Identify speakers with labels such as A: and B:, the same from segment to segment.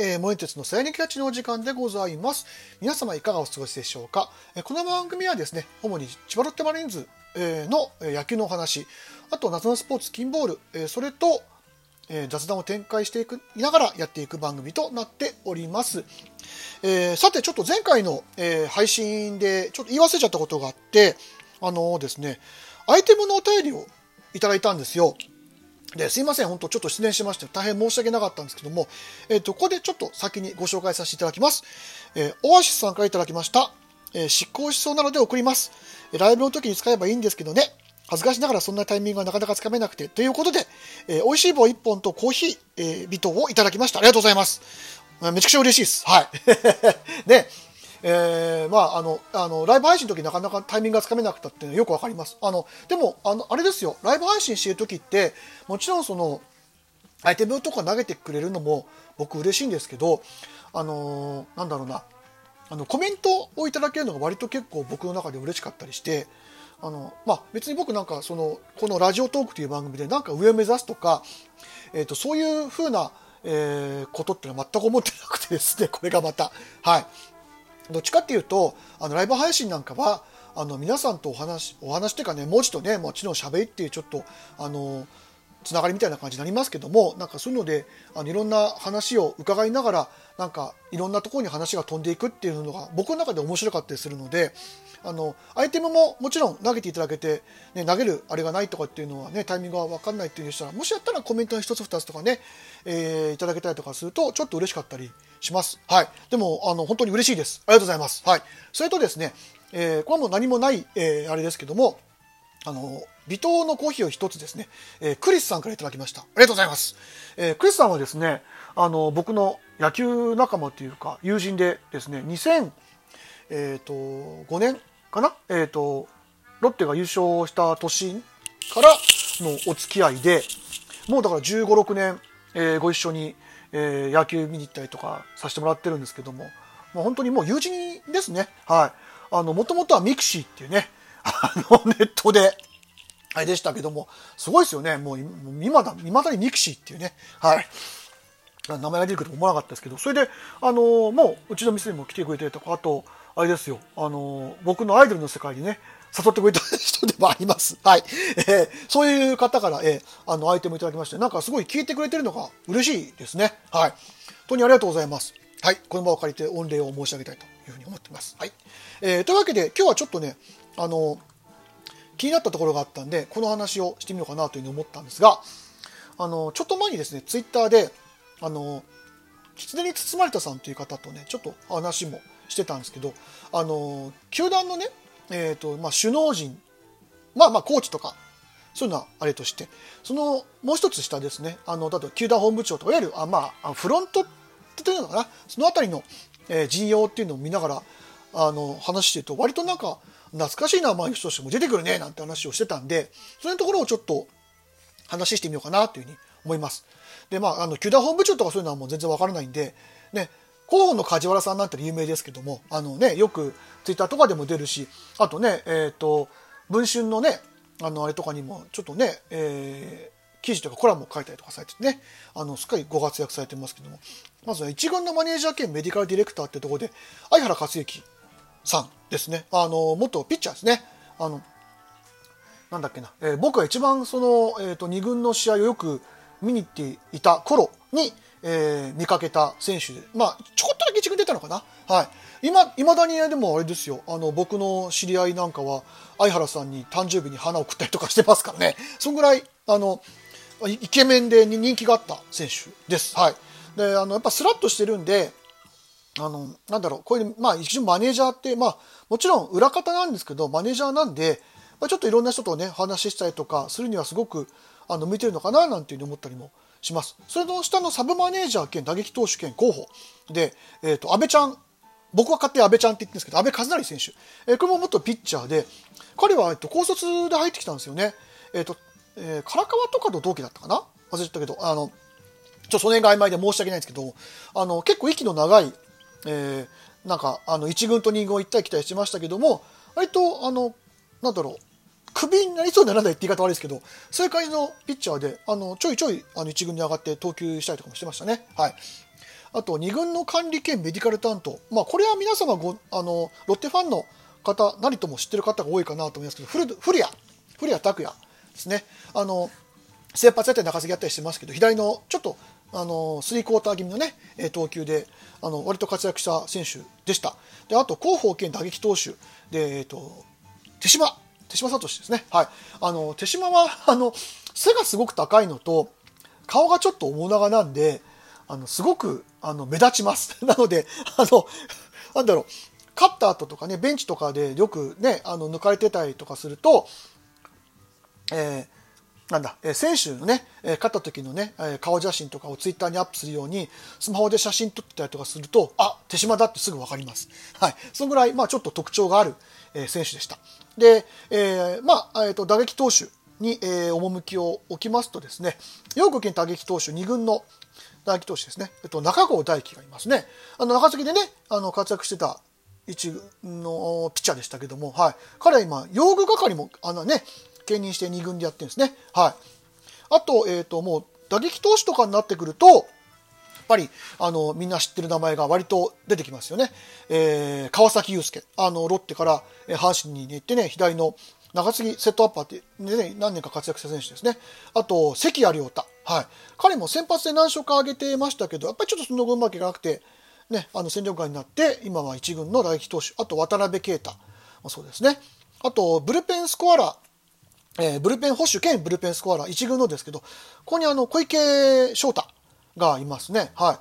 A: モエ鉄のさやにキャッチのお時間でございます。皆様いかがお過ごしでしょうか。この番組はですね、主に千葉ロッテマリーンズの野球のお話、あと夏のスポーツ金ボール、それと雑談を展開していながらやっていく番組となっております。さてちょっと前回の配信でちょっと言い忘れちゃったことがあって、ですね、アイテムのお便りをいただいたんですよ。ですいません、本当ちょっと失念しまして大変申し訳なかったんですけども、ここでちょっと先にご紹介させていただきます。オアシスさんからいただきました。執行しそうなので送ります。ライブの時に使えばいいんですけどね、恥ずかしながらそんなタイミングがなかなかつかめなくてということで、美味しい棒1本とコーヒー、微糖をいただきました。ありがとうございます。めちゃくちゃ嬉しいです。はい。で、ライブ配信の時なかなかタイミングがつかめなくたっていうのはよくわかります。でもあれですよ、ライブ配信してる時ってもちろんそのアイテムとか投げてくれるのも僕嬉しいんですけど、なんだろうな、コメントをいただけるのが割と結構僕の中で嬉しかったりして、別に僕なんかこのラジオトークという番組でなんか上を目指すとか、そういう風な、ことってのは全く思ってなくてですね、これがまたはいどっちかっていうとライブ配信なんかは皆さんとお話っていうかね、文字とねもちろん喋りっていうちょっとつながりみたいな感じになりますけども、なんかそういうのでいろんな話を伺いながらなんかいろんなところに話が飛んでいくっていうのが僕の中で面白かったりするので、アイテムももちろん投げていただけて、ね、投げるあれがないとかっていうのはねタイミングが分かんないっていう人はもしやったらコメントの一つ二つとかね、いただけたりとかするとちょっと嬉しかったりします。はい。でも本当に嬉しいです。ありがとうございます。はい。それとですね、これはもう何もない、あれですけども、微糖のコーヒーを一つですね、クリスさんからいただきました。ありがとうございます。クリスさんはですね、僕の野球仲間というか友人でですね、2005年かな、ロッテが優勝した年からのお付き合いで、もうだから15、6年、ご一緒に、野球見に行ったりとかさせてもらってるんですけども、本当にもう友人ですね。はい。もともとはミクシーっていうね、ネットで、あれでしたけども、すごいですよね。もう未だにミクシーっていうね、はい。名前が出てくると思わなかったですけど、それで、もううちの店にも来てくれてとか、あと、あれですよ、僕のアイドルの世界にね、誘ってくれた人でもあります。はい。そういう方から、アイテムいただきまして、なんかすごい聞いてくれてるのが嬉しいですね。はい。本当にありがとうございます。はい。この場を借りて御礼を申し上げたいというふうに思っています。はい。というわけで、今日はちょっとね、気になったところがあったんで、この話をしてみようかなというふうに思ったんですが、ちょっと前にですね、ツイッターで、狐に包まれたさんという方とね、ちょっと話もしてたんですけど、球団のね、首脳陣、コーチとか、そういうのはあれとして、その、もう一つ下ですね、例えば球団本部長とか、いわゆる、フロントっていうのかな、そのあたりの、陣容っていうのを見ながら、話してると、割となんか、懐かしい名前の人としても出てくるね、なんて話をしてたんで、そういうところをちょっと話してみようかなというふうに思います。で、球団本部長とかそういうのはもう全然わからないんで、ね、広報の梶原さんなんて有名ですけども、よくツイッターとかでも出るし、あとね、文春のね、あれとかにもちょっとね、記事とかコラムを書いたりとかされててね、すっかりご活躍されてますけども、まずは一軍のマネージャー兼メディカルディレクターってところで、相原克之さんですね、元ピッチャーですね。なんだっけな、僕が一番2軍の試合をよく見に行っていた頃に、見かけた選手で、ちょこっとだけ1軍出たのかな。はい。未だにでもあれですよ、僕の知り合いなんかは相原さんに誕生日に花を送ったりとかしてますからね。そんぐらいイケメンで人気があった選手です。はい。で、やっぱスラッとしてるんで、なんだろう、これで一応マネージャーって、もちろん裏方なんですけどマネージャーなんで、ちょっといろんな人とね話したりとかするにはすごく向いてるのかななんていうふうに思ったりもします。それの下のサブマネージャー兼打撃投手兼候補で、安倍ちゃん、僕は勝手に安倍ちゃんって言ってるんですけど、安倍和成選手、これも元ピッチャーで、彼は高卒で入ってきたんですよね。唐川とかと同期だったかな、忘れちゃったけど、その辺が曖昧で申し訳ないんですけど、結構息の長い、なんか1軍と2軍を行ったり来たりしてましたけども、割となんだろう、クビになりそうにならないって言い方悪いですけど、そういう感じのピッチャーでちょいちょい1軍に上がって投球したりとかもしてましたね。はい。 あと2軍の管理兼メディカル担当、これは皆様ロッテファンの方何とも知ってる方が多いかなと思いますけど、古谷拓也ですね。先発やったり中継ぎやったりしてますけど、左のちょっとスリークォーター気味のね投球で割と活躍した選手でした。であと広報兼打撃投手で、手島聡ですね。はい、手島は背がすごく高いのと顔がちょっと面長なんで、すごく目立ちますなのでなんだろう、勝った後とかね、ベンチとかでよくね抜かれてたりとかすると、選手のね勝った時のね顔写真とかをツイッターにアップするようにスマホで写真撮ってたりとかすると、手島だってすぐ分かります。はい、そのぐらいちょっと特徴がある選手でした。で、打撃投手に趣を置きますとですね、ヨーク県打撃投手2軍の打撃投手ですね、中郷大輝がいますね。中継ぎでね活躍してた一軍のピッチャーでしたけども、はい、彼は今用具係も兼任して2軍でやってるんですね。はい、あと、もう打撃投手とかになってくるとやっぱりみんな知ってる名前が割と出てきますよね。川崎祐介、ロッテから阪神に行ってね、左の中継ぎセットアッパーってね、何年か活躍した選手ですね。あと関谷亮太、はい、彼も先発で何勝か上げてましたけど、やっぱりちょっとその後うまくいかなくてね、戦力外になって今は1軍の打撃投手、あと渡辺啓太もそうですね。あとブルペンスコアラー、ブルペン捕手兼ブルペンスコアラー1軍のですけど、ここに小池翔太がいますね。はい、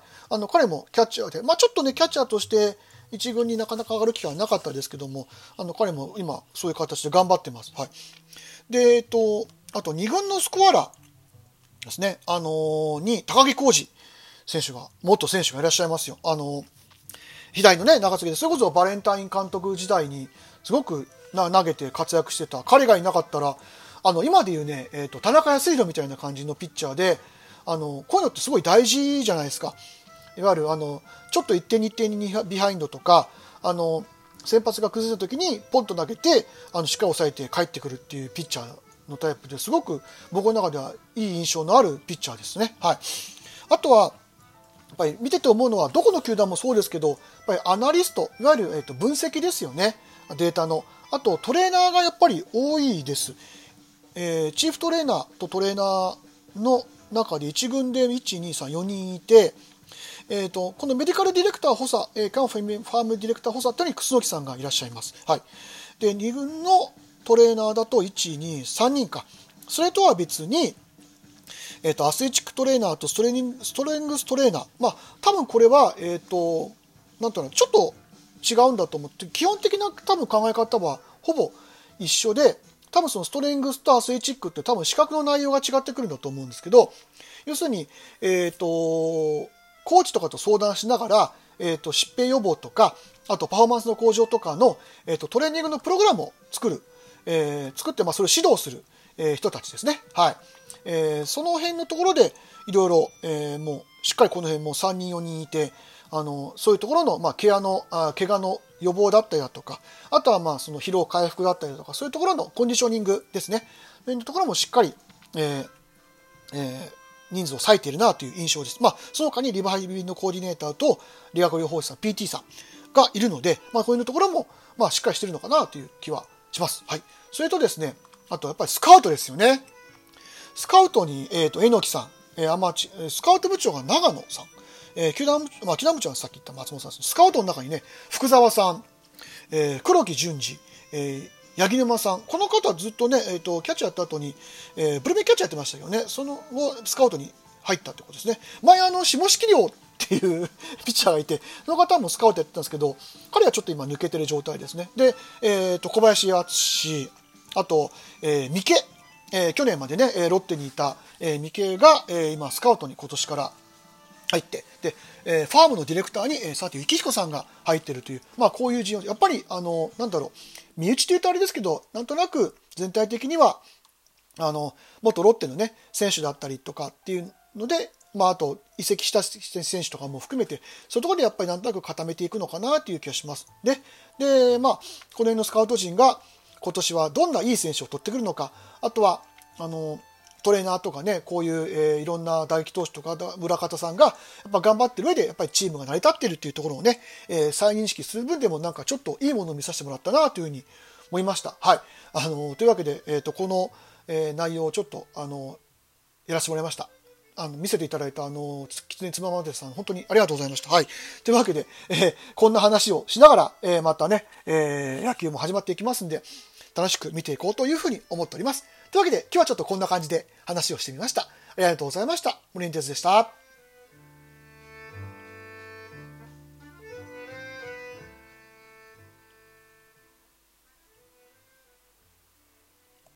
A: 彼もキャッチャーで、ちょっとねキャッチャーとして1軍になかなか上がる機会はなかったですけども、彼も今そういう形で頑張ってます。はい、であと2軍のスコアラーですね、に高木浩二選手が元選手がいらっしゃいますよ。左のね中継ぎで、それこそバレンタイン監督時代にすごく投げて活躍してた彼がいなかったら、今でいうね、田中康弘みたいな感じのピッチャーで、こういうのってすごい大事じゃないですか。いわゆるちょっと1点2点にビハインドとか、先発が崩れた時にポンと投げてしっかり抑えて帰ってくるっていうピッチャーのタイプで、すごく僕の中ではいい印象のあるピッチャーですね。はい、あとはやっぱり見てて思うのは、どこの球団もそうですけど、やっぱりアナリスト、いわゆる、分析ですよね、データの。あとトレーナーがやっぱり多いです。チーフトレーナーとトレーナーの中で1軍で1,2,3,4人いて、このメディカルディレクター補佐、キャンファームディレクター補佐というのに楠木さんがいらっしゃいます。はい、で2軍のトレーナーだと1,2,3人か。それとは別に、アスレチックトレーナーとストレングストレーナー、多分これは、なんとなくちょっと違うんだと思って、基本的な多分考え方はほぼ一緒で、多分そのストレングスとアスレチックって多分資格の内容が違ってくるんだと思うんですけど、要するに、コーチとかと相談しながら、疾病予防とか、あとパフォーマンスの向上とかの、トレーニングのプログラムを作って、それを指導する、人たちですね。はい、その辺のところでいろいろもうしっかりこの辺も3人4人いて、そういうところの、怪我の予防だったりだとか、あとはその疲労回復だったりとか、そういうところのコンディショニングですね。そういうところもしっかり、人数を割いているなという印象です。その他にリバイビリのコーディネーターと理学療法士さん PT さんがいるので、こういうところもしっかりしているのかなという気はします。はい、それとですね、あとやっぱりスカウトですよね。スカウトに、榎木さん、スカウト部長が長野さん、球団部長はさっき言った松本さんです。スカウトの中にね、福沢さん、黒木淳二、八木沼さん、この方はずっとね、キャッチャーやった後に、ブルペンキャッチャーやってましたよね。その後スカウトに入ったってことですね。前下敷亮っていうピッチャーがいて、その方もスカウトやってたんですけど、彼はちょっと今抜けてる状態ですね。で、小林敦、あと、三毛、去年までねロッテにいた、三毛が、今スカウトに今年から入って、で、ファームのディレクターに、佐藤幸彦さんが入っているという、こういう陣容、やっぱり身内というとあれですけど、なんとなく全体的には元ロッテのね選手だったりとかっていうので、あと移籍した選手とかも含めて、そういうところでやっぱりなんとなく固めていくのかなという気がします。で、この辺のスカウト陣が今年はどんないい選手を取ってくるのか、あとはトレーナーとかね、こういう、いろんな大木投手とか村方さんがやっぱ頑張ってる上でやっぱりチームが成り立ってるっていうところをね、再認識する分でもなんかちょっといいものを見させてもらったなというふうに思いました。はい。というわけで、この、内容をちょっとやらせてもらいました。見せていただいたきつねつままでさん本当にありがとうございました。はい。というわけで、こんな話をしながら、またね、野球も始まっていきますんで楽しく見ていこうというふうに思っております。というわけで今日はちょっとこんな感じで話をしてみました。ありがとうございました。森根哲でした。